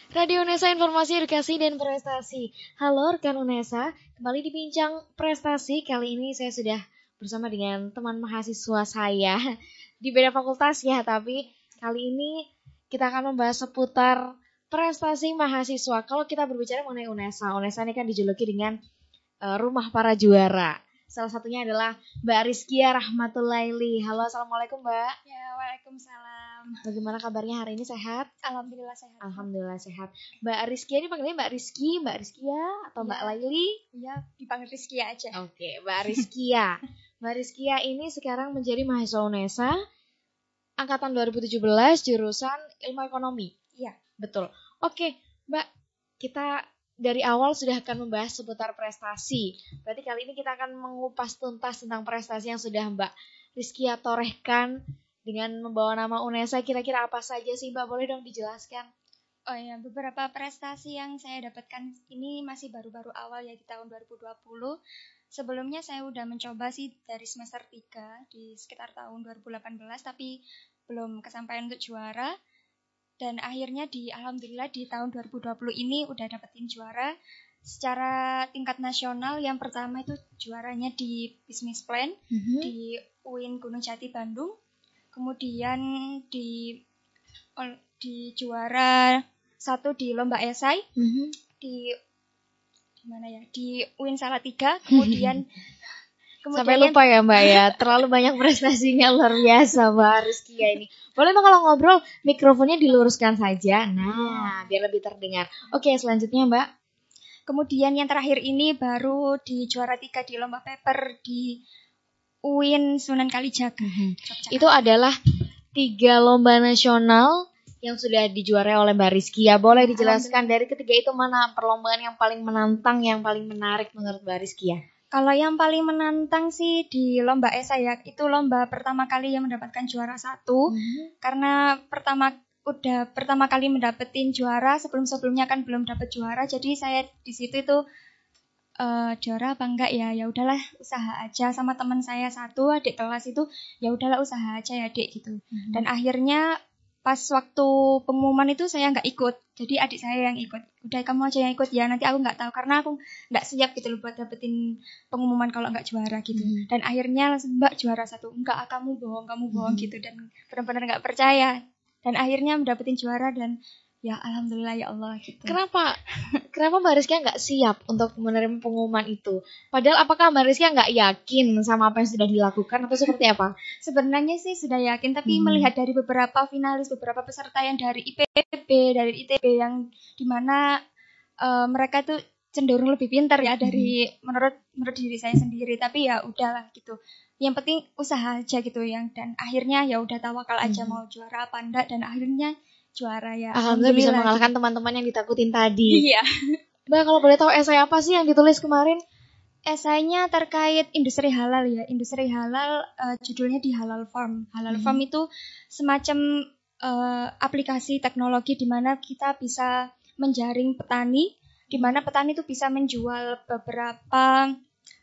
Radio Unesa Informasi Edukasi dan Prestasi. Halo rekan Unesa, kembali di Bincang Prestasi. Kali ini saya sudah bersama dengan teman mahasiswa saya di beda fakultas ya, tapi kali ini kita akan membahas seputar prestasi mahasiswa. Kalau kita berbicara mengenai Unesa, Unesa ini kan dijuluki dengan rumah para juara. Salah satunya adalah Mbak Rizkia Rahmatullaili. Halo, assalamualaikum Mbak. Ya, waalaikumsalam. Bagaimana kabarnya hari ini, sehat? Alhamdulillah sehat. Alhamdulillah sehat. Mbak Rizkia ini panggilnya Mbak Rizky, Mbak Rizkia atau Mbak Laili? Iya, dipanggil Rizkia aja. Oke, Mbak Rizkia. Mbak Rizkia ini sekarang menjadi mahasiswa UNESA angkatan 2017 jurusan Ilmu Ekonomi. Iya, betul. Oke, Mbak, kita dari awal sudah akan membahas seputar prestasi. Berarti kali ini kita akan mengupas tuntas tentang prestasi yang sudah Mbak Rizkia torehkan dengan membawa nama UNESA. Kira-kira apa saja sih Mbak? Boleh dong dijelaskan? Oh ya, beberapa prestasi yang saya dapatkan ini masih baru-baru awal ya di tahun 2020. Sebelumnya saya udah mencoba sih dari semester 3 di sekitar tahun 2018, tapi belum kesampaian untuk juara. Dan akhirnya alhamdulillah di tahun 2020 ini udah dapetin juara secara tingkat nasional. Yang pertama itu juaranya di Business Plan di UIN Gunung Jati Bandung. Kemudian di juara 1 di lomba esai di mana ya, di UIN Salatiga. Kemudian sampai lupa ya Mbak ya, terlalu banyak prestasinya, luar biasa Mbak Rizkia ini. Boleh Mbak kalau ngobrol mikrofonnya diluruskan saja, nah biar lebih terdengar. Oke, selanjutnya Mbak. Kemudian yang terakhir ini baru di juara 3 di lomba paper di UIN Sunan Kalijaga. Itu adalah 3 lomba nasional yang sudah dijuarai oleh Mbak Rizkia. Boleh dijelaskan dari ketiga itu mana perlombaan yang paling menantang, yang paling menarik menurut Mbak Rizkia? Kalau yang paling menantang sih di lomba esai ya, itu lomba pertama kali yang mendapatkan juara 1. Karena pertama kali mendapetin juara, sebelumnya kan belum dapat juara, jadi saya di situ itu juara apa enggak ya udahlah usaha aja, sama teman saya satu adik kelas itu ya udahlah usaha aja ya Dek gitu. Dan akhirnya pas waktu pengumuman itu saya nggak ikut, jadi adik saya yang ikut. Udah kamu aja yang ikut ya, nanti aku nggak tahu karena aku nggak siap gitu loh buat dapetin pengumuman kalau nggak juara gitu. Dan akhirnya langsung Mbak juara 1, enggak kamu bohong gitu, dan benar-benar nggak percaya. Dan akhirnya mendapetin juara dan ya alhamdulillah ya Allah gitu. Kenapa Mbak Rizkia nggak siap untuk menerima pengumuman itu? Padahal apakah Mbak Rizkia nggak yakin sama apa yang sudah dilakukan atau seperti apa? Sebenarnya sih sudah yakin, tapi melihat dari beberapa finalis, beberapa peserta yang dari IPB, dari ITB yang dimana mereka tuh cenderung lebih pintar ya dari menurut diri saya sendiri. Tapi ya udahlah gitu. Yang penting usaha aja gitu dan akhirnya ya udah tawakal aja mau juara apa enggak, dan akhirnya juara ya. Alhamdulillah bisa mengalahkan teman-teman yang ditakutin tadi. Iya. Mbak kalau boleh tahu esai apa sih yang ditulis kemarin? Esainya terkait industri halal ya. Industri halal judulnya di Halal Farm. Halal Farm itu semacam aplikasi teknologi di mana kita bisa menjaring petani, di mana petani itu bisa menjual beberapa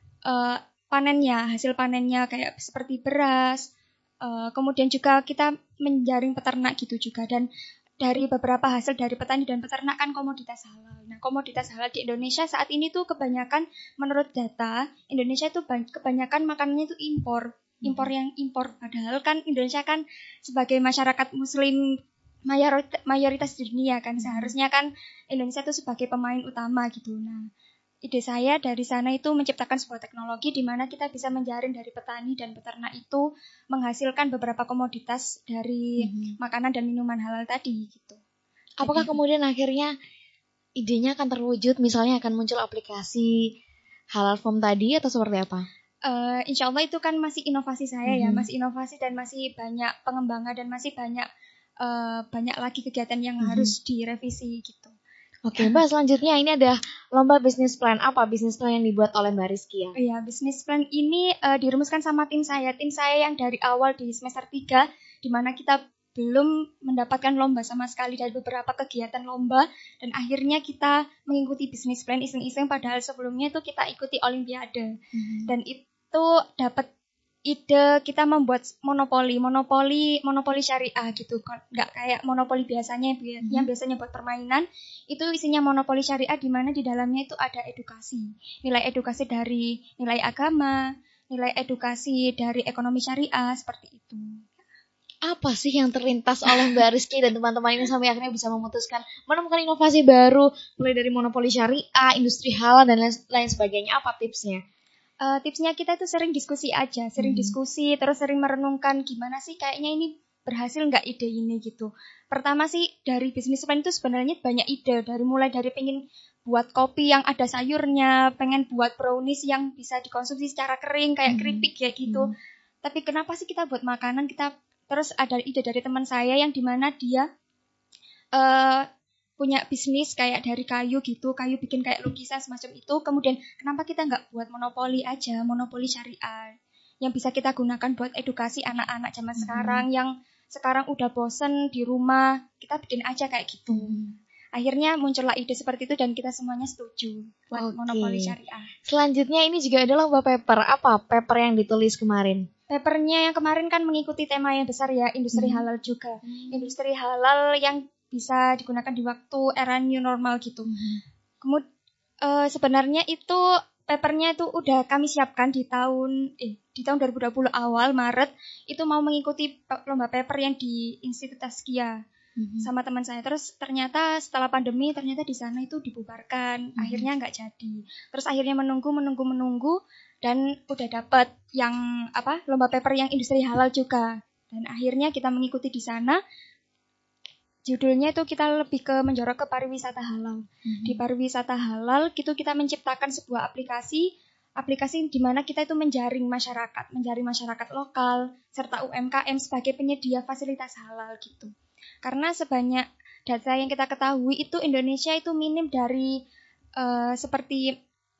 hasil panennya kayak seperti beras. Kemudian juga kita menjaring peternak gitu juga, dan dari beberapa hasil dari petani dan peternak kan komoditas halal. Nah, komoditas halal di Indonesia saat ini tuh kebanyakan menurut data Indonesia itu kebanyakan makanannya itu impor. Padahal kan Indonesia kan sebagai masyarakat muslim mayoritas di dunia kan, seharusnya kan Indonesia itu sebagai pemain utama gitu. Nah, ide saya dari sana itu menciptakan sebuah teknologi di mana kita bisa menjaring dari petani dan peternak itu menghasilkan beberapa komoditas dari makanan dan minuman halal tadi gitu. Apakah kemudian akhirnya idenya akan terwujud, misalnya akan muncul aplikasi Halal Farm tadi atau seperti apa? Insya Allah itu kan masih inovasi saya ya, masih inovasi dan masih banyak pengembangan dan masih banyak lagi kegiatan yang harus direvisi gitu. Oke Mbak, selanjutnya ini ada lomba bisnis plan. Apa bisnis plan yang dibuat oleh Mbak Rizkia? Iya, bisnis plan ini dirumuskan sama tim saya. Tim saya yang dari awal di semester 3, di mana kita belum mendapatkan lomba sama sekali dari beberapa kegiatan lomba, dan akhirnya kita mengikuti bisnis plan iseng-iseng, padahal sebelumnya itu kita ikuti olimpiade. Dan itu dapat ide kita membuat monopoli syariah gitu. Nggak kayak monopoli biasanya yang biasanya buat permainan. Itu isinya monopoli syariah di mana di dalamnya itu ada edukasi. Nilai edukasi dari nilai agama, nilai edukasi dari ekonomi syariah, seperti itu. Apa sih yang terlintas oleh Mbak Rizky dan teman-teman ini sampai akhirnya bisa memutuskan menemukan inovasi baru, mulai dari monopoli syariah, industri halal, dan lain sebagainya? Apa tipsnya? Tipsnya kita tuh sering diskusi aja, diskusi, terus sering merenungkan gimana sih kayaknya ini berhasil nggak ide ini gitu. Pertama sih dari bisnis plan itu sebenarnya banyak ide, mulai dari pengen buat kopi yang ada sayurnya, pengen buat brownies yang bisa dikonsumsi secara kering kayak keripik kayak gitu. Tapi kenapa sih kita buat makanan? Terus ada ide dari teman saya yang dimana dia punya bisnis kayak dari kayu gitu, kayu bikin kayak lukisan semacam itu. Kemudian kenapa kita nggak buat monopoli aja, monopoli syariah yang bisa kita gunakan buat edukasi anak-anak zaman sekarang yang sekarang udah bosen di rumah, kita bikin aja kayak gitu. Akhirnya muncullah ide seperti itu dan kita semuanya setuju buat monopoli syariah. Selanjutnya ini juga ada lomba paper. Apa paper yang ditulis kemarin? Papernya yang kemarin kan mengikuti tema yang besar ya, industri halal juga. Industri halal yang bisa digunakan di waktu era new normal gitu. Kemudian sebenarnya itu papernya itu udah kami siapkan di tahun 2020 awal Maret, itu mau mengikuti lomba paper yang di Institut Tazkiyah sama teman saya. Terus ternyata setelah pandemi ternyata di sana itu dibubarkan, akhirnya nggak jadi. Terus akhirnya menunggu dan udah dapat yang lomba paper yang industri halal juga. Dan akhirnya kita mengikuti di sana. Judulnya itu kita lebih ke menjorok ke pariwisata halal. Di pariwisata halal itu kita menciptakan sebuah aplikasi di mana kita itu menjaring masyarakat lokal serta UMKM sebagai penyedia fasilitas halal gitu. Karena sebanyak data yang kita ketahui itu Indonesia itu minim dari seperti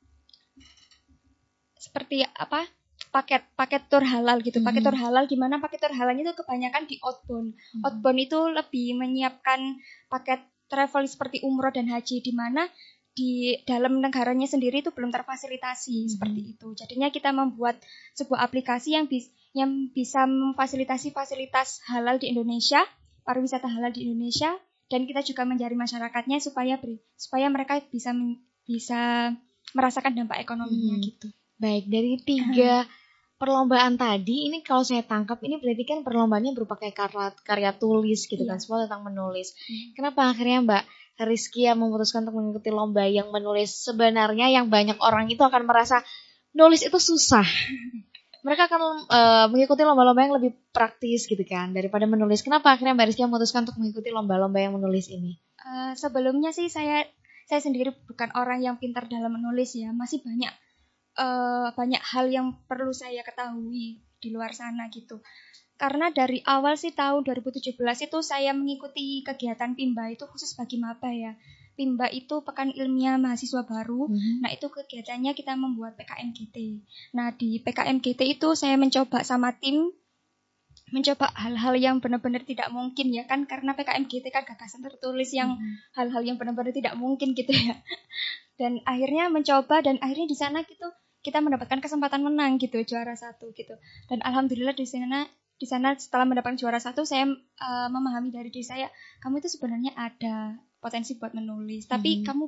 paket tour halal gitu. Paket tour halal di mana paket tour halalnya itu kebanyakan di outbound. Outbound itu lebih menyiapkan paket travel seperti umroh dan haji di mana di dalam negaranya sendiri itu belum terfasilitasi seperti itu. Jadinya kita membuat sebuah aplikasi yang bisa memfasilitasi fasilitas halal di Indonesia, pariwisata halal di Indonesia, dan kita juga menjaring masyarakatnya supaya mereka bisa merasakan dampak ekonominya gitu. Baik, dari 3 perlombaan tadi, ini kalau saya tangkap, ini berarti kan perlombaannya berupa kayak karya tulis gitu kan, semua tentang menulis. Kenapa akhirnya Mbak Rizky memutuskan untuk mengikuti lomba yang menulis? Sebenarnya yang banyak orang itu akan merasa nulis itu susah. Mereka akan mengikuti lomba-lomba yang lebih praktis gitu kan, daripada menulis. Kenapa akhirnya Mbak Rizky memutuskan untuk mengikuti lomba-lomba yang menulis ini? Sebelumnya sih saya sendiri bukan orang yang pintar dalam menulis ya, masih banyak hal yang perlu saya ketahui di luar sana gitu. Karena dari awal sih tahun 2017 itu saya mengikuti kegiatan PIMBA itu khusus bagi maba ya. PIMBA itu Pekan Ilmiah Mahasiswa Baru. Nah itu kegiatannya kita membuat PKMGT. Nah di PKMGT itu saya mencoba sama tim hal-hal yang benar-benar tidak mungkin ya kan, karena PKMGT kan gagasan tertulis yang hal-hal yang benar-benar tidak mungkin gitu ya. Dan akhirnya mencoba dan akhirnya di sana gitu kita mendapatkan kesempatan menang gitu, juara 1 gitu. Dan alhamdulillah di sana setelah mendapatkan juara 1 saya memahami dari diri saya, kamu itu sebenarnya ada potensi buat menulis, tapi kamu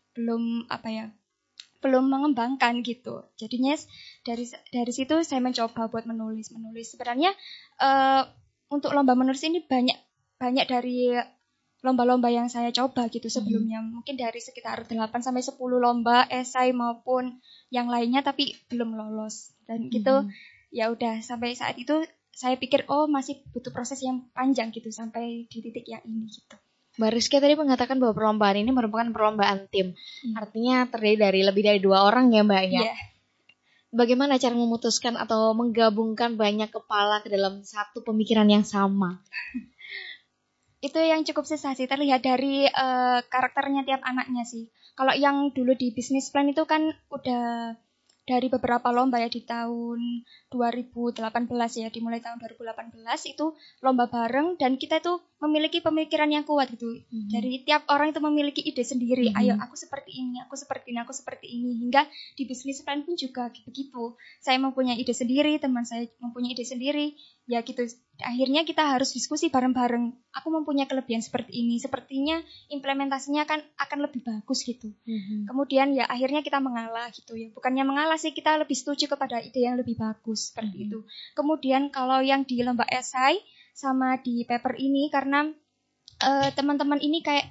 belum mengembangkan gitu. Jadinya dari situ saya mencoba buat menulis. Sebenarnya untuk lomba menulis ini banyak dari lomba-lomba yang saya coba gitu sebelumnya. Mungkin dari sekitar 8-10 lomba esai maupun yang lainnya, tapi belum lolos. Dan gitu ya udah sampai saat itu saya pikir masih butuh proses yang panjang gitu sampai di titik yang ini gitu. Mbak Rizky tadi mengatakan bahwa perlombaan ini merupakan perlombaan tim. Artinya terdiri dari lebih dari 2 orang ya Mbak ya? Yeah. Bagaimana cara memutuskan atau menggabungkan banyak kepala ke dalam satu pemikiran yang sama? Itu yang cukup susah sih, terlihat dari karakternya tiap anaknya sih. Kalau yang dulu di business plan itu kan udah dari beberapa lomba ya di tahun 2018 ya, dimulai tahun 2018 itu lomba bareng dan kita itu memiliki pemikiran yang kuat gitu. Dari tiap orang itu memiliki ide sendiri. Ayo aku seperti ini, aku seperti ini, aku seperti ini. Hingga di bisnis plan pun juga begitu. Saya mempunyai ide sendiri, teman saya mempunyai ide sendiri. Ya gitu. Akhirnya kita harus diskusi bareng-bareng. Aku mempunyai kelebihan seperti ini. Sepertinya implementasinya akan lebih bagus gitu. Kemudian ya akhirnya kita mengalah gitu ya. Bukannya mengalah sih, kita lebih setuju kepada ide yang lebih bagus seperti itu. Kemudian kalau yang di lomba esai sama di paper ini karena teman-teman ini kayak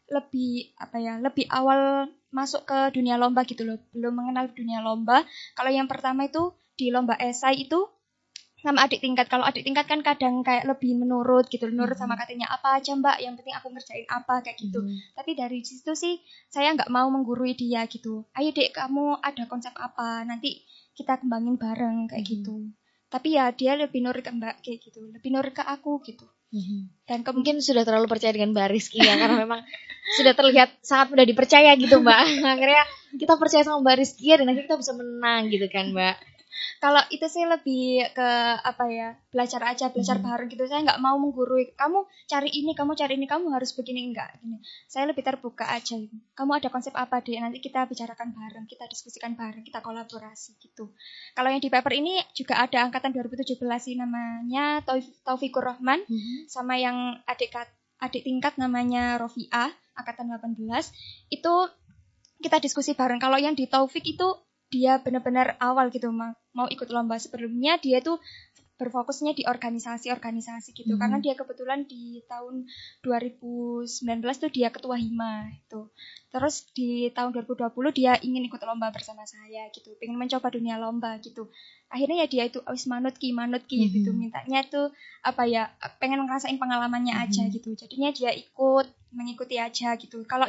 lebih awal masuk ke dunia lomba gitu loh, belum mengenal dunia lomba. Kalau yang pertama itu di lomba esai itu sama adik tingkat. Kalau adik tingkat kan kadang kayak lebih menurut gitu, menurut sama katanya apa aja mbak, yang penting aku ngerjain apa kayak gitu. Tapi dari situ sih saya nggak mau menggurui dia gitu. Ayo dek, kamu ada konsep apa, nanti kita kembangin bareng kayak gitu. Tapi ya dia lebih nurut ke mbak kayak gitu, lebih nurut ke aku gitu. Dan mungkin sudah terlalu percaya dengan Mbak Rizky ya, karena memang sudah terlihat sangat mudah dipercaya gitu Mbak. Akhirnya kita percaya sama Mbak Rizky dan akhirnya kita bisa menang gitu kan Mbak. Kalau itu sih lebih ke belajar bareng gitu. Saya nggak mau menggurui, kamu cari ini, kamu harus begini, enggak gini. Saya lebih terbuka aja gitu. Kamu ada konsep apa deh, nanti kita bicarakan bareng, kita diskusikan bareng, kita kolaborasi gitu. Kalau yang di paper ini juga ada angkatan 2017 sih, namanya Taufikur Rahman, sama yang adik tingkat namanya Rofiah, angkatan 18. Itu kita diskusi bareng. Kalau yang di Taufik itu dia benar-benar awal gitu mau ikut lomba. Sebelumnya dia tuh berfokusnya di organisasi gitu. Karena dia kebetulan di tahun 2019 tuh dia ketua HIMA itu. Terus di tahun 2020 dia ingin ikut lomba bersama saya gitu. Pengen mencoba dunia lomba gitu. Akhirnya ya dia itu manut ki gitu. Mintanya tuh pengen ngerasain pengalamannya aja gitu. Jadinya dia mengikuti aja gitu. Kalau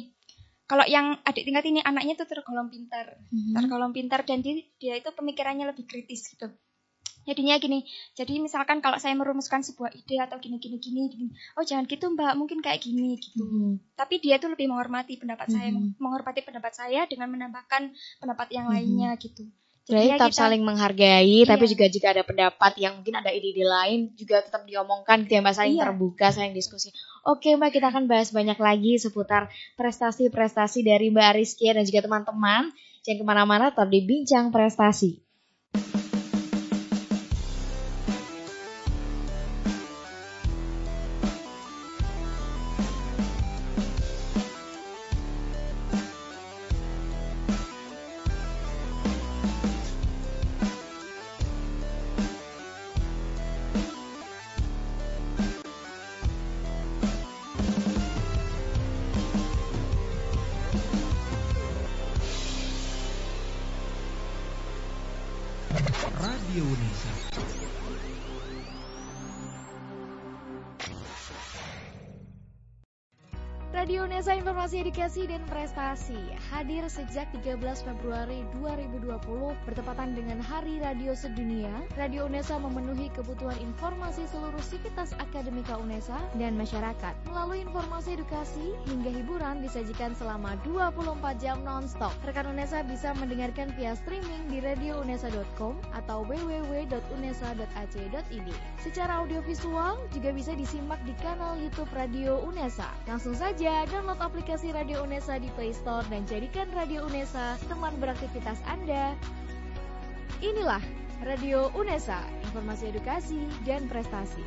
yang adik tingkat ini anaknya tuh tergolong pintar dan dia itu pemikirannya lebih kritis gitu. Jadinya gini, jadi misalkan kalau saya merumuskan sebuah ide atau gini, oh jangan gitu mbak, mungkin kayak gini gitu. Tapi dia tuh lebih menghormati pendapat saya dengan menambahkan pendapat yang lainnya gitu. Jadi tetap saling menghargai, tapi juga jika ada pendapat yang mungkin ada ide-ide lain juga tetap diomongkan gitu ya Mbak, saling terbuka, saling diskusi. Oke Mbak, kita akan bahas banyak lagi seputar prestasi-prestasi dari Mbak Rizky dan juga teman-teman. Jangan kemana-mana, tetap di Bincang Prestasi. Radio Unesa. Radio Unesa, informasi edukasi dan prestasi, hadir sejak 13 Februari 2020 bertepatan dengan Hari Radio Sedunia. Radio Unesa memenuhi kebutuhan informasi seluruh sivitas akademika Unesa dan masyarakat. Melalui informasi edukasi hingga hiburan disajikan selama 24 jam non-stop. Rekan Unesa bisa mendengarkan via streaming di radiounesa.com atau www.unesa.ac.id. Secara audiovisual juga bisa disimak di kanal YouTube Radio Unesa. Langsung saja download aplikasi Radio Unesa di Play Store dan jadikan Radio Unesa teman beraktivitas Anda. Inilah Radio Unesa, informasi edukasi dan prestasi.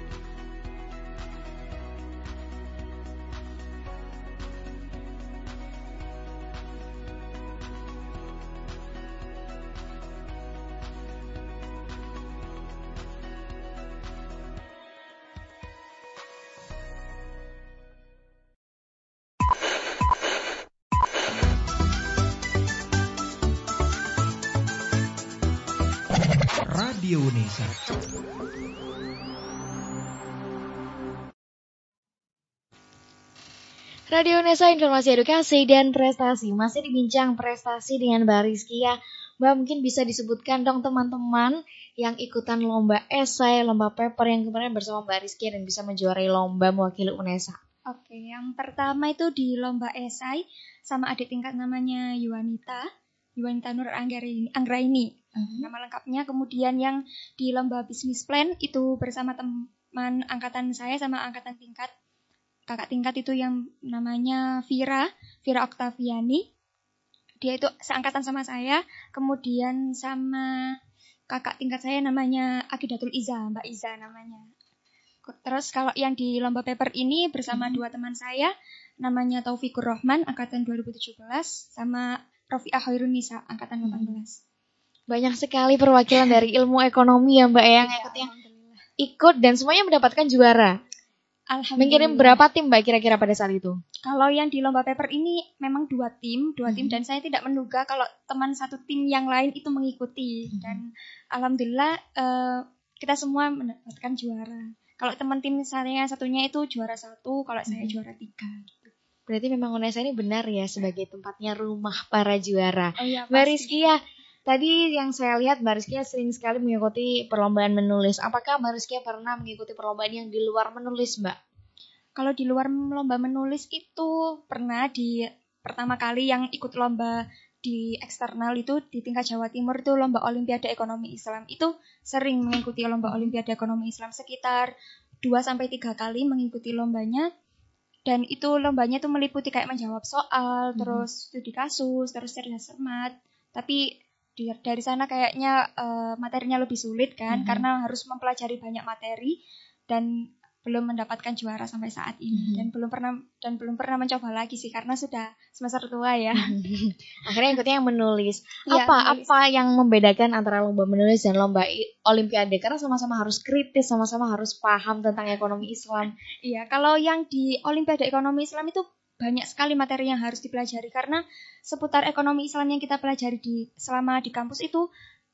Radio Unesa. Radio Unesa, informasi edukasi dan prestasi. Masih dibincang prestasi dengan Mbak Rizky ya. Mbak, mungkin bisa disebutkan dong teman-teman yang ikutan lomba esai, lomba paper yang kemarin bersama Mbak Rizky dan bisa menjuarai lomba mewakili Unesa. Oke, yang pertama itu di lomba esai sama adik tingkat namanya Yuanita. Yuwanita Nur Anggraini. Nama lengkapnya. Kemudian yang di lomba bisnis plan itu bersama teman angkatan saya sama angkatan tingkat. Kakak tingkat itu yang namanya Vira Oktaviani. Dia itu seangkatan sama saya. Kemudian sama kakak tingkat saya namanya Akidatul Iza, Mbak Iza namanya. Terus kalau yang di lomba paper ini bersama dua teman saya, namanya Taufikur Rahman, angkatan 2017, sama Rofi'ah Khairunisa, angkatan 18. Banyak sekali perwakilan dari ilmu ekonomi ya Mbak yang ikut dan semuanya mendapatkan juara. Mengirim berapa tim Mbak kira-kira pada saat itu? Kalau yang di lomba paper ini memang dua tim dan saya tidak menduga kalau teman satu tim yang lain itu mengikuti. Dan alhamdulillah kita semua mendapatkan juara. Kalau teman tim saya satunya itu juara 1, kalau saya juara 3. Berarti memang UNESA ini benar ya sebagai tempatnya rumah para juara. Oh iya, Mbak Rizkia, tadi yang saya lihat Mbak Rizkia sering sekali mengikuti perlombaan menulis. Apakah Mbak Rizkia pernah mengikuti perlombaan yang di luar menulis, Mbak? Kalau di luar lomba menulis itu pernah di pertama kali yang ikut lomba di eksternal itu di tingkat Jawa Timur itu lomba Olimpiade Ekonomi Islam. Itu sering mengikuti lomba Olimpiade Ekonomi Islam sekitar 2-3 kali mengikuti lombanya. Dan itu lombanya itu meliputi kayak menjawab soal, terus studi kasus, terus cerdas cermat. Tapi dari sana kayaknya materinya lebih sulit kan, karena harus mempelajari banyak materi dan belum mendapatkan juara sampai saat ini dan belum pernah mencoba lagi sih karena sudah semester tua ya. Akhirnya ikutnya yang menulis. Iya, Apa yang membedakan antara lomba menulis dan lomba Olimpiade? Karena sama-sama harus kritis, sama-sama harus paham tentang ekonomi Islam. Iya, kalau yang di Olimpiade Ekonomi Islam itu banyak sekali materi yang harus dipelajari karena seputar ekonomi Islam yang kita pelajari selama di kampus itu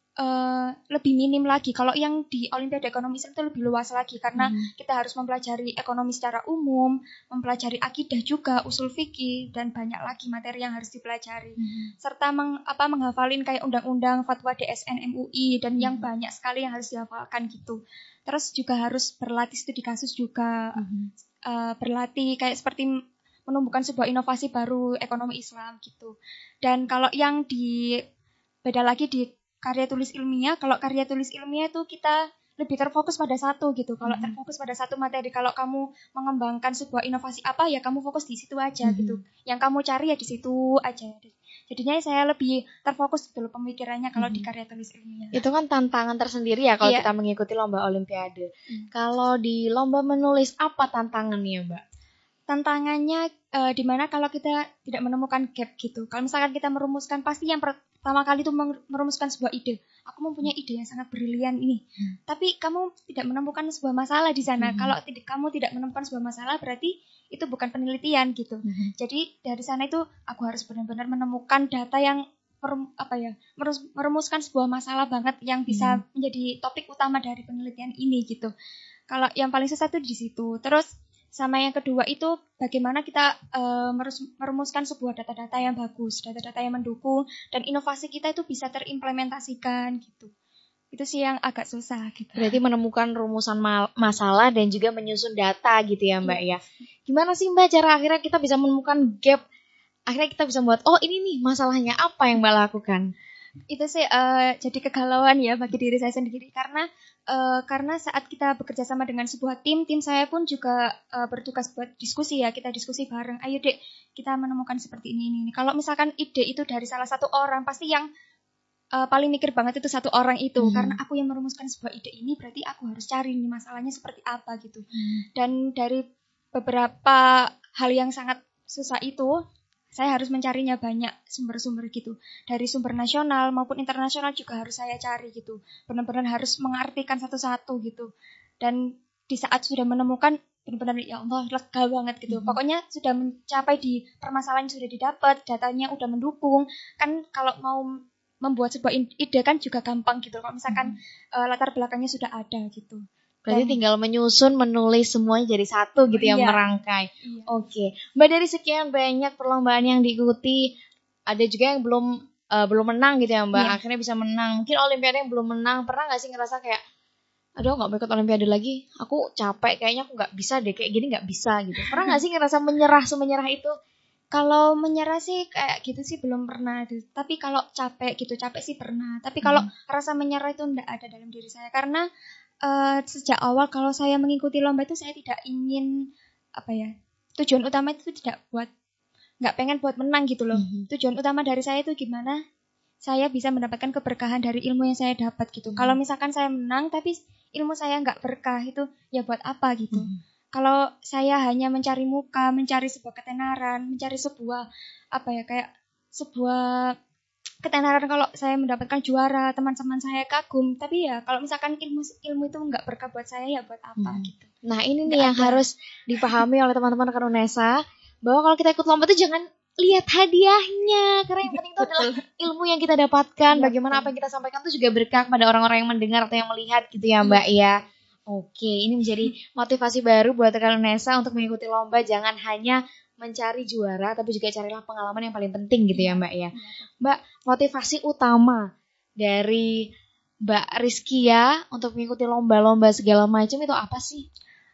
lebih minim lagi. Kalau yang di Olimpiade Ekonomi Islam itu lebih luas lagi karena kita harus mempelajari ekonomi secara umum, mempelajari akidah juga, usul fikih dan banyak lagi materi yang harus dipelajari. Serta menghafalin kayak undang-undang, fatwa DSN MUI dan yang banyak sekali yang harus dihafalkan gitu. Terus juga harus berlatih studi kasus juga. Berlatih kayak seperti menumbuhkan sebuah inovasi baru ekonomi Islam gitu. Dan kalau yang beda lagi di karya tulis ilmiah, kalau karya tulis ilmiah itu kita lebih terfokus pada satu gitu. Kalau terfokus pada satu materi, kalau kamu mengembangkan sebuah inovasi apa ya kamu fokus di situ aja gitu. Yang kamu cari ya di situ aja. Jadinya saya lebih terfokus gitu pemikirannya kalau di karya tulis ilmiah. Itu kan tantangan tersendiri ya kalau kita mengikuti lomba Olimpiade. Kalau di lomba menulis apa tantangannya, Mbak? Tantangannya di mana kalau kita tidak menemukan gap gitu. Kalau misalkan kita merumuskan, pasti yang pertama kali itu merumuskan sebuah ide. Aku mempunyai ide yang sangat brilian ini. Tapi kamu tidak menemukan sebuah masalah di sana. Kalau kamu tidak menemukan sebuah masalah, berarti itu bukan penelitian gitu. Jadi dari sana itu aku harus benar-benar menemukan data yang merumuskan sebuah masalah banget yang bisa menjadi topik utama dari penelitian ini gitu. Kalau yang paling susah itu di situ. Terus sama yang kedua itu bagaimana kita merumuskan sebuah data-data yang bagus, data-data yang mendukung, dan inovasi kita itu bisa terimplementasikan gitu. Itu sih yang agak susah gitu. Berarti menemukan rumusan masalah dan juga menyusun data gitu ya Mbak ya. Gimana sih Mbak cara akhirnya kita bisa menemukan gap? Akhirnya kita bisa membuat, oh ini nih masalahnya apa yang Mbak lakukan? Itu sih jadi kegalauan ya bagi diri saya sendiri karena saat kita bekerja sama dengan sebuah tim saya pun juga bertugas buat diskusi ya, kita diskusi bareng. Ayo Dek, kita menemukan seperti ini. Kalau misalkan ide itu dari salah satu orang, pasti yang paling mikir banget itu satu orang itu. Karena aku yang merumuskan sebuah ide ini, berarti aku harus cari nih masalahnya seperti apa gitu. Dan dari beberapa hal yang sangat susah itu, saya harus mencarinya banyak sumber-sumber gitu. Dari sumber nasional maupun internasional juga harus saya cari gitu. Benar-benar harus mengartikan satu-satu gitu. Dan di saat sudah menemukan, benar-benar ya Allah lega banget gitu. Pokoknya sudah mencapai di permasalahan yang sudah didapat, datanya udah mendukung. Kan kalau mau membuat sebuah ide kan juga gampang gitu. Kalau misalkan latar belakangnya sudah ada gitu. Berarti tinggal menyusun, menulis semuanya jadi satu gitu ya, merangkai. Iya. Oke. Mbak, dari sekian banyak perlombaan yang diikuti, ada juga yang belum menang gitu ya Mbak. Iya. Akhirnya bisa menang. Mungkin Olimpiade yang belum menang, pernah nggak sih ngerasa kayak, aduh nggak mau ikut Olimpiade lagi, aku capek, kayaknya aku nggak bisa deh, kayak gini nggak bisa gitu. Pernah nggak sih ngerasa menyerah semenyerah itu? Kalau menyerah sih kayak gitu sih belum pernah. Tapi kalau capek sih pernah. Tapi kalau rasa menyerah itu enggak ada dalam diri saya. Karena sejak awal kalau saya mengikuti lomba itu saya tidak ingin tujuan utama itu tidak nggak pengen buat menang gitu loh. Tujuan utama dari saya itu gimana saya bisa mendapatkan keberkahan dari ilmu yang saya dapat gitu. Kalau misalkan saya menang tapi ilmu saya nggak berkah, itu ya buat apa gitu. Kalau saya hanya mencari muka, mencari sebuah ketenaran, mencari sebuah sebuah ketenaran kalau saya mendapatkan juara, teman-teman saya kagum. Tapi ya kalau misalkan ilmu itu nggak berkah buat saya, ya buat apa gitu. Nah ini nih yang harus dipahami oleh teman-teman rekan UNESA, bahwa kalau kita ikut lomba itu jangan lihat hadiahnya, karena yang penting itu adalah ilmu yang kita dapatkan. Bagaimana apa yang kita sampaikan itu juga berkah pada orang-orang yang mendengar atau yang melihat gitu ya Mbak ya. Oke, ini menjadi motivasi baru buat rekan UNESA untuk mengikuti lomba. Jangan hanya mencari juara, tapi juga carilah pengalaman yang paling penting gitu ya Mbak ya. Mbak, motivasi utama dari Mbak Rizkia untuk mengikuti lomba-lomba segala macam itu apa sih?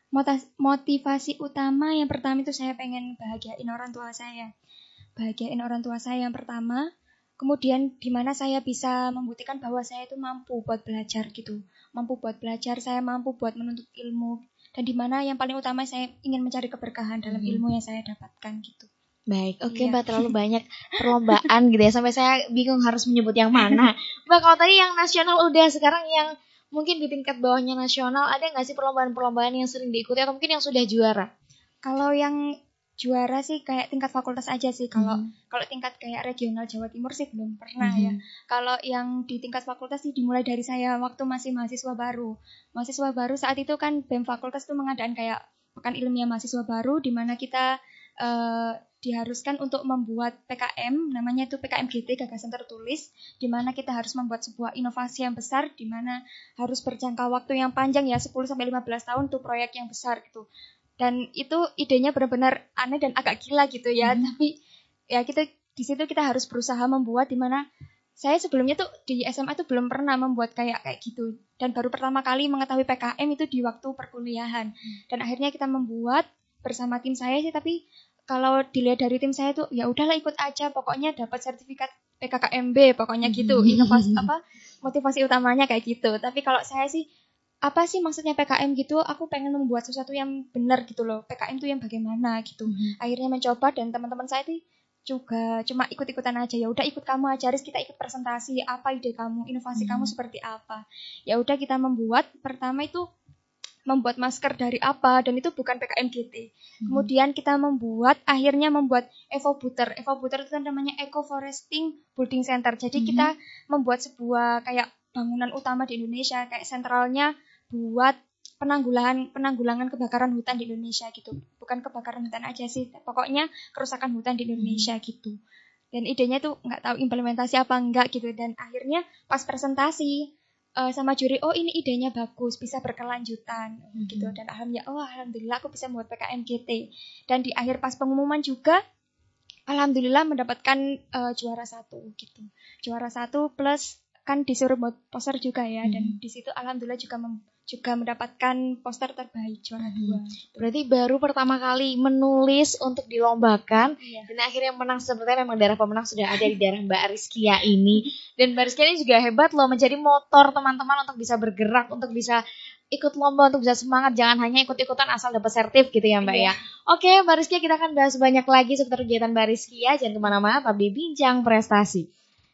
Motivasi utama yang pertama itu saya pengen bahagiain orang tua saya. Bahagiain orang tua saya yang pertama. Kemudian di mana saya bisa membuktikan bahwa saya itu mampu buat belajar gitu. Mampu buat belajar, saya mampu buat menuntut ilmu. Dan di mana yang paling utama saya ingin mencari keberkahan dalam ilmu yang saya dapatkan gitu. Baik, oke Mbak, terlalu banyak perlombaan gitu ya. Sampai saya bingung harus menyebut yang mana. Mbak, kalau tadi yang nasional udah, sekarang yang mungkin di tingkat bawahnya nasional, ada nggak sih perlombaan-perlombaan yang sering diikuti atau mungkin yang sudah juara? Kalau yang juara sih kayak tingkat fakultas aja sih. Kalau tingkat kayak regional Jawa Timur sih belum pernah ya. Kalau yang di tingkat fakultas sih dimulai dari saya waktu masih mahasiswa baru. Mahasiswa baru saat itu kan BEM fakultas tuh mengadakan kayak pekan ilmiah mahasiswa baru, di mana kita diharuskan untuk membuat PKM, namanya itu PKMGT, gagasan tertulis, di mana kita harus membuat sebuah inovasi yang besar, di mana harus berjangka waktu yang panjang ya, 10-15 tahun tuh proyek yang besar gitu. Dan itu idenya benar-benar aneh dan agak gila gitu ya, tapi ya di situ kita harus berusaha membuat, di mana saya sebelumnya tuh di SMA tuh belum pernah membuat kayak gitu, dan baru pertama kali mengetahui PKM itu di waktu perkuliahan. Dan akhirnya kita membuat bersama tim saya sih, tapi kalau dilihat dari tim saya tuh ya udahlah ikut aja, pokoknya dapat sertifikat PKKMB pokoknya gitu. Inovasi motivasi utamanya kayak gitu. Tapi kalau saya sih apa sih maksudnya PKM gitu, aku pengen membuat sesuatu yang benar gitu loh. PKM itu yang bagaimana gitu. Akhirnya mencoba, dan teman-teman saya tuh juga cuma ikut-ikutan aja. Ya udah ikut kamu aja, Riz, kita ikut presentasi, apa ide kamu, inovasi kamu seperti apa. Ya udah kita membuat, pertama itu membuat masker dari apa, dan itu bukan PKMGT. Kemudian kita akhirnya membuat EvoButter. EvoButter itu namanya Eco Foresting Building Center. Jadi kita membuat sebuah kayak bangunan utama di Indonesia, kayak sentralnya buat penanggulangan kebakaran hutan di Indonesia gitu. Bukan kebakaran hutan aja sih, pokoknya kerusakan hutan di Indonesia gitu. Dan idenya tuh nggak tahu implementasi apa enggak gitu. Dan akhirnya pas presentasi sama juri, oh ini idenya bagus, bisa berkelanjutan gitu. Dan alhamdulillah aku bisa membuat PKMGT. Dan di akhir pas pengumuman juga alhamdulillah mendapatkan juara 1 gitu. Juara 1 plus kan disuruh buat poster juga ya. Dan di situ alhamdulillah juga mendapatkan poster terbaik juara 2. Berarti baru pertama kali menulis untuk dilombakan, dan akhirnya menang. Sebenarnya memang darah pemenang sudah ada di darah Mbak Rizkia ini. Dan Mbak Rizkia ini juga hebat loh, menjadi motor teman-teman untuk bisa bergerak, untuk bisa ikut lomba, untuk bisa semangat. Jangan hanya ikut-ikutan asal dapat sertif gitu ya Mbak ya. Oke Mbak Rizkia, kita akan bahas banyak lagi seputar kegiatan Mbak Rizkia. Jangan kemana-mana, tetap di Bincang Prestasi.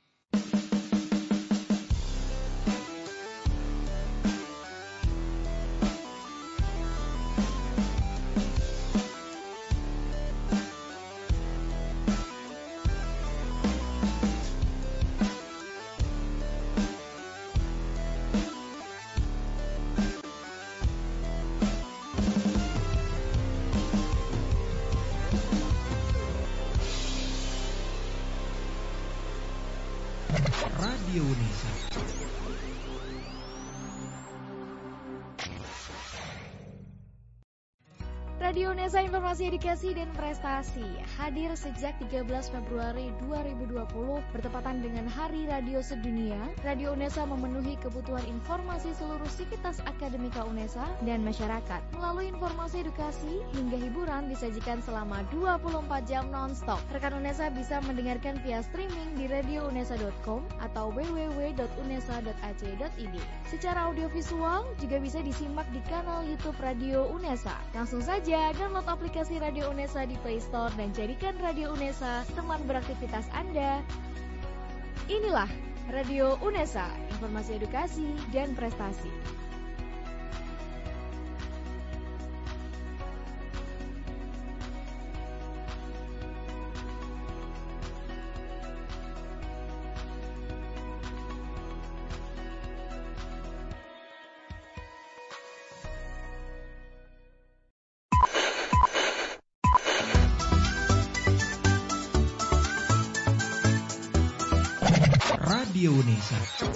Radio UNESA. Radio UNESA UNESA Informasi Edukasi dan Prestasi hadir sejak 13 Februari 2020 bertepatan dengan Hari Radio Sedunia. Radio UNESA memenuhi kebutuhan informasi seluruh sivitas akademika UNESA dan masyarakat. Melalui informasi edukasi hingga hiburan disajikan selama 24 jam non-stop. Rekan UNESA bisa mendengarkan via streaming di radiounesa.com atau www.unesa.ac.id. Secara audiovisual juga bisa disimak di kanal YouTube Radio UNESA. Langsung saja download aplikasi Radio UNESA di Play Store dan jadikan Radio UNESA teman beraktivitas Anda. Inilah Radio UNESA, informasi edukasi dan prestasi. Radio UNESA.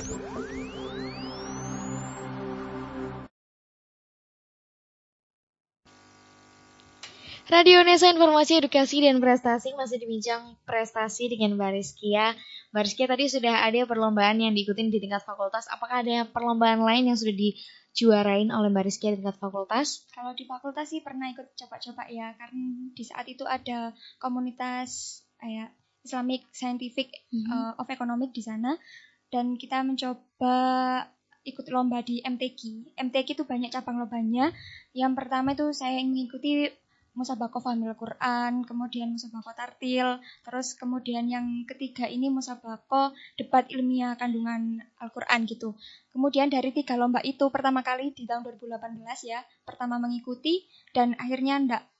Radio UNESA Informasi Edukasi dan Prestasi masih dibincang prestasi dengan Mbak Rizkia. Mbak Rizkia tadi sudah ada perlombaan yang diikutin di tingkat fakultas. Apakah ada perlombaan lain yang sudah dijuarain oleh Mbak Rizkia di tingkat fakultas? Kalau di fakultas sih pernah ikut coba-coba ya, karena di saat itu ada komunitas Islamic Scientific of Economic di sana, dan kita mencoba ikut lomba di MTQ. MTQ itu banyak cabang lombanya. Yang pertama itu saya mengikuti Musabaqah Fahmil Quran, kemudian Musabaqah Tartil, terus kemudian yang ketiga ini Musabaqah Debat Ilmiah Kandungan Al-Quran gitu. Kemudian dari 3 lomba itu pertama kali di tahun 2018 ya, pertama mengikuti dan akhirnya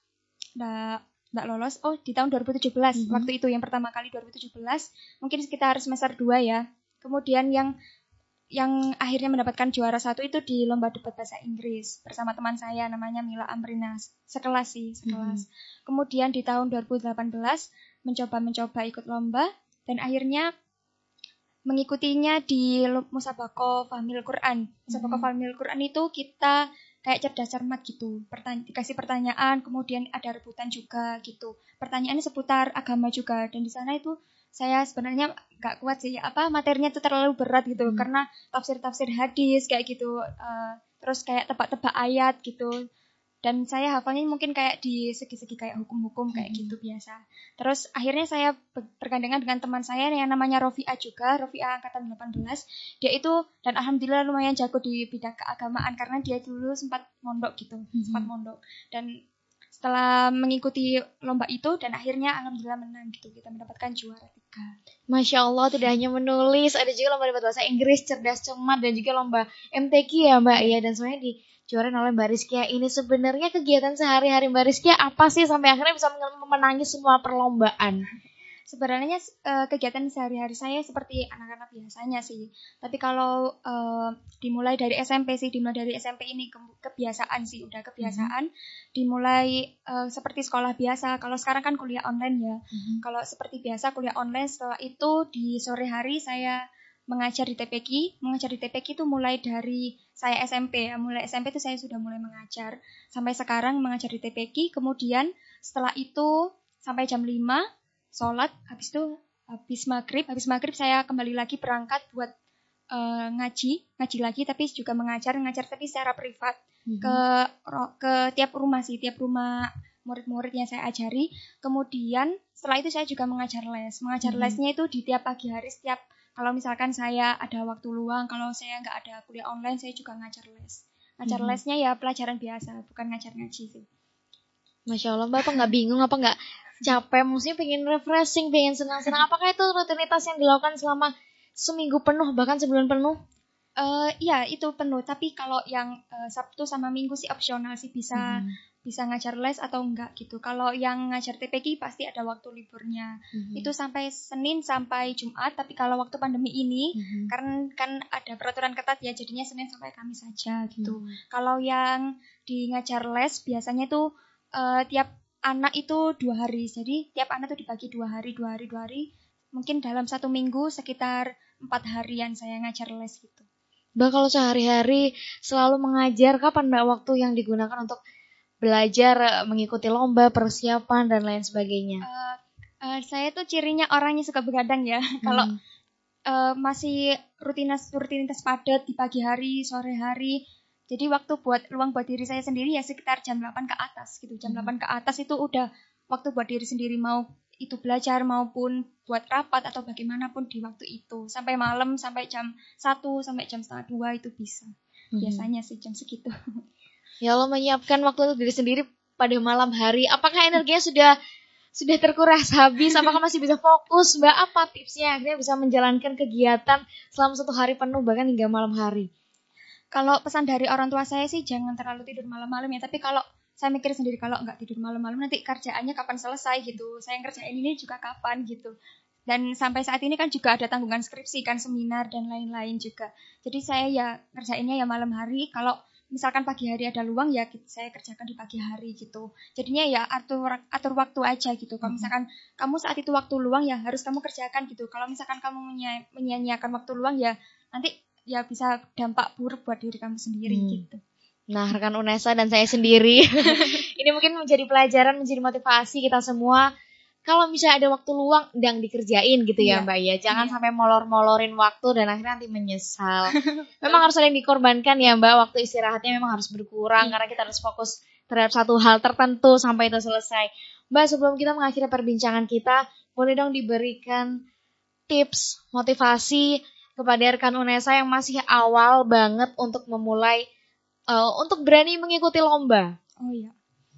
enggak lolos. Oh, di tahun 2017 waktu itu yang pertama kali 2017, mungkin sekitar semester 2 ya. Kemudian yang akhirnya mendapatkan juara 1 itu di lomba debat bahasa Inggris bersama teman saya namanya Mila Amrina, sekelas. Kemudian di tahun 2018 mencoba ikut lomba dan akhirnya mengikutinya di Musabaqah Fahmil Quran. Musabaqah Fahmil Quran itu kita kayak cerdas cermat gitu, dikasih pertanyaan, kemudian ada rebutan juga gitu. Pertanyaannya seputar agama juga, dan di sana itu saya sebenarnya nggak kuat sih, materinya itu terlalu berat gitu, karena tafsir hadis kayak gitu, terus kayak tebak-tebak ayat gitu, dan saya hafalnya mungkin kayak di segi-segi kayak hukum-hukum kayak gitu biasa. Terus akhirnya saya bergandengan dengan teman saya yang namanya Rofi'ah juga, Rofi'ah angkatan 18. Dia itu dan alhamdulillah lumayan jago di bidang keagamaan karena dia dulu sempat mondok gitu, dan setelah mengikuti lomba itu dan akhirnya alhamdulillah menang gitu, kita mendapatkan juara 3. Masya Allah, tidak hanya menulis, ada juga lomba debat bahasa Inggris, cerdas cermat, dan juga lomba MTQ ya Mbak ya, dan semuanya dijuarain oleh Mbak Rizkia. Ini sebenarnya kegiatan sehari-hari Mbak Rizkia apa sih sampai akhirnya bisa memenangi semua perlombaan? Sebenarnya kegiatan sehari-hari saya seperti anak-anak biasanya sih. Tapi kalau dimulai dari SMP ini kebiasaan sih, udah kebiasaan. Dimulai seperti sekolah biasa. Kalau sekarang kan kuliah online ya. Kalau seperti biasa kuliah online, setelah itu di sore hari saya mengajar di TPQ. Mengajar di TPQ itu mulai dari saya SMP ya. Mulai SMP itu saya sudah mulai mengajar. Sampai sekarang mengajar di TPQ. Kemudian setelah itu sampai jam 5 sholat, habis maghrib saya kembali lagi berangkat buat ngaji lagi, tapi juga mengajar tapi secara privat ke tiap rumah murid-murid yang saya ajari. Kemudian setelah itu saya juga mengajar lesnya itu di tiap pagi hari, setiap kalau misalkan saya ada waktu luang, kalau saya nggak ada kuliah online saya juga ngajar lesnya ya pelajaran biasa, bukan ngajar ngaji sih. Masya Allah, Bapak nggak bingung, apa nggak capek, maksudnya pengen refreshing, pengen senang-senang, apakah itu rutinitas yang dilakukan selama seminggu penuh, bahkan sebulan penuh? Iya itu penuh, tapi kalau yang Sabtu sama Minggu sih opsional sih, bisa ngajar les atau enggak gitu. Kalau yang ngajar TPQ pasti ada waktu liburnya, itu sampai Senin sampai Jumat, tapi kalau waktu pandemi ini karena kan ada peraturan ketat ya, jadinya Senin sampai Kamis saja gitu. Kalau yang di ngajar les biasanya tuh tiap anak itu 2 hari, jadi tiap anak tuh dibagi 2 hari, mungkin dalam 1 minggu sekitar 4 harian saya ngajar les gitu. Mbak kalau sehari-hari selalu mengajar, kapan Mbak waktu yang digunakan untuk belajar mengikuti lomba, persiapan dan lain sebagainya? Saya tuh cirinya orangnya suka begadang ya. Kalau masih rutinitas padat di pagi hari, sore hari. Jadi waktu luang buat diri saya sendiri ya sekitar jam 8 ke atas gitu. Jam 8 ke atas itu udah waktu buat diri sendiri, mau itu belajar maupun buat rapat atau bagaimanapun di waktu itu. Sampai malam, sampai jam 1, sampai jam setengah 2 itu bisa. Biasanya sih jam segitu. Ya Allah, menyiapkan waktu untuk diri sendiri pada malam hari. Apakah energinya sudah terkuras habis? Apakah masih bisa fokus? Mbak, apa tipsnya akhirnya bisa menjalankan kegiatan selama 1 hari penuh bahkan hingga malam hari? Kalau pesan dari orang tua saya sih jangan terlalu tidur malam-malam ya. Tapi kalau saya mikir sendiri kalau nggak tidur malam-malam nanti kerjaannya kapan selesai gitu. Saya ngerjain ini juga kapan gitu. Dan sampai saat ini kan juga ada tanggungan skripsi kan, seminar dan lain-lain juga. Jadi saya ya ngerjainnya ya malam hari. Kalau misalkan pagi hari ada luang ya saya kerjakan di pagi hari gitu. Jadinya ya atur waktu aja gitu. Kalau misalkan kamu saat itu waktu luang ya harus kamu kerjakan gitu. Kalau misalkan kamu menyia-nyiakan waktu luang ya nanti ya bisa dampak buruk buat diri kamu sendiri gitu. Nah, rekan Unesa dan saya sendiri ini mungkin menjadi pelajaran, menjadi motivasi kita semua. Kalau misalnya ada waktu luang, ndang dikerjain gitu ya Mbak ya. Jangan sampai molor-molorin waktu dan akhirnya nanti menyesal. Memang harus ada yang dikorbankan ya Mbak. Waktu istirahatnya memang harus berkurang karena kita harus fokus terhadap satu hal tertentu sampai itu selesai. Mbak, sebelum kita mengakhiri perbincangan kita, boleh dong diberikan tips, motivasi kepada rekan Unesa yang masih awal banget untuk memulai, untuk berani mengikuti lomba. Oh iya.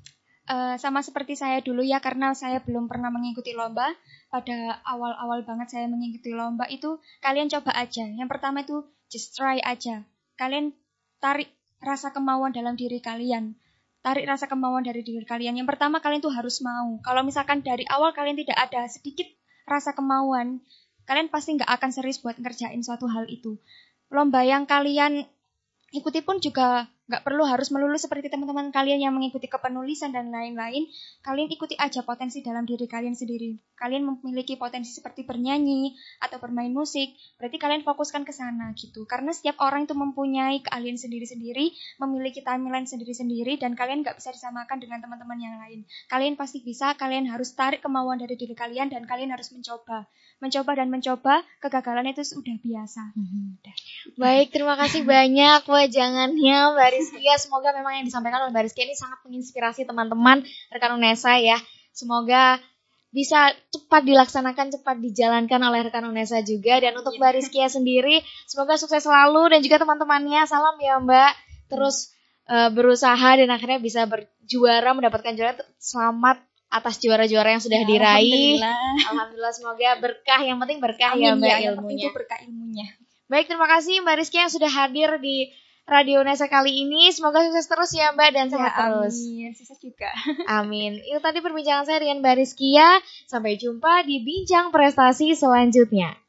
Sama seperti saya dulu ya, karena saya belum pernah mengikuti lomba. Pada awal-awal banget saya mengikuti lomba itu, kalian coba aja. Yang pertama itu just try aja. Kalian tarik rasa kemauan dalam diri kalian. Tarik rasa kemauan dari diri kalian. Yang pertama kalian tuh harus mau. Kalau misalkan dari awal kalian tidak ada sedikit rasa kemauan, kalian pasti nggak akan serius buat ngerjain suatu hal itu. Lomba yang kalian ikuti pun juga nggak perlu harus melulu seperti teman-teman kalian yang mengikuti kepenulisan dan lain-lain. Kalian ikuti aja potensi dalam diri kalian sendiri. Kalian memiliki potensi seperti bernyanyi atau bermain musik, berarti kalian fokuskan ke sana gitu. Karena setiap orang itu mempunyai keahlian sendiri-sendiri, memiliki timeline sendiri-sendiri, dan kalian nggak bisa disamakan dengan teman-teman yang lain. Kalian pasti bisa, kalian harus tarik kemauan dari diri kalian dan kalian harus mencoba. Mencoba, kegagalan itu sudah biasa. Baik, terima kasih banyak wajangannya Mbak Rizkia. Semoga memang yang disampaikan oleh Mbak Rizkia ini sangat menginspirasi teman-teman rekan Unesa ya. Semoga bisa cepat dilaksanakan, cepat dijalankan oleh rekan Unesa juga. Dan untuk Mbak Rizkia sendiri, semoga sukses selalu dan juga teman-temannya. Salam ya Mbak. Terus berusaha dan akhirnya bisa berjuara, mendapatkan juara. Selamat atas juara-juara yang sudah diraih. Alhamdulillah, semoga berkah. Yang penting berkah. Amin, ya Mbak ilmunya. Yang penting itu berkah ilmunya. Baik, terima kasih Mbak Rizky yang sudah hadir di Radio Unesa kali ini. Semoga sukses terus ya Mbak dan sehat terus. Amin, sukses juga. Amin. Itu tadi perbincangan saya dengan Mbak Rizky ya. Sampai jumpa di Bincang Prestasi selanjutnya.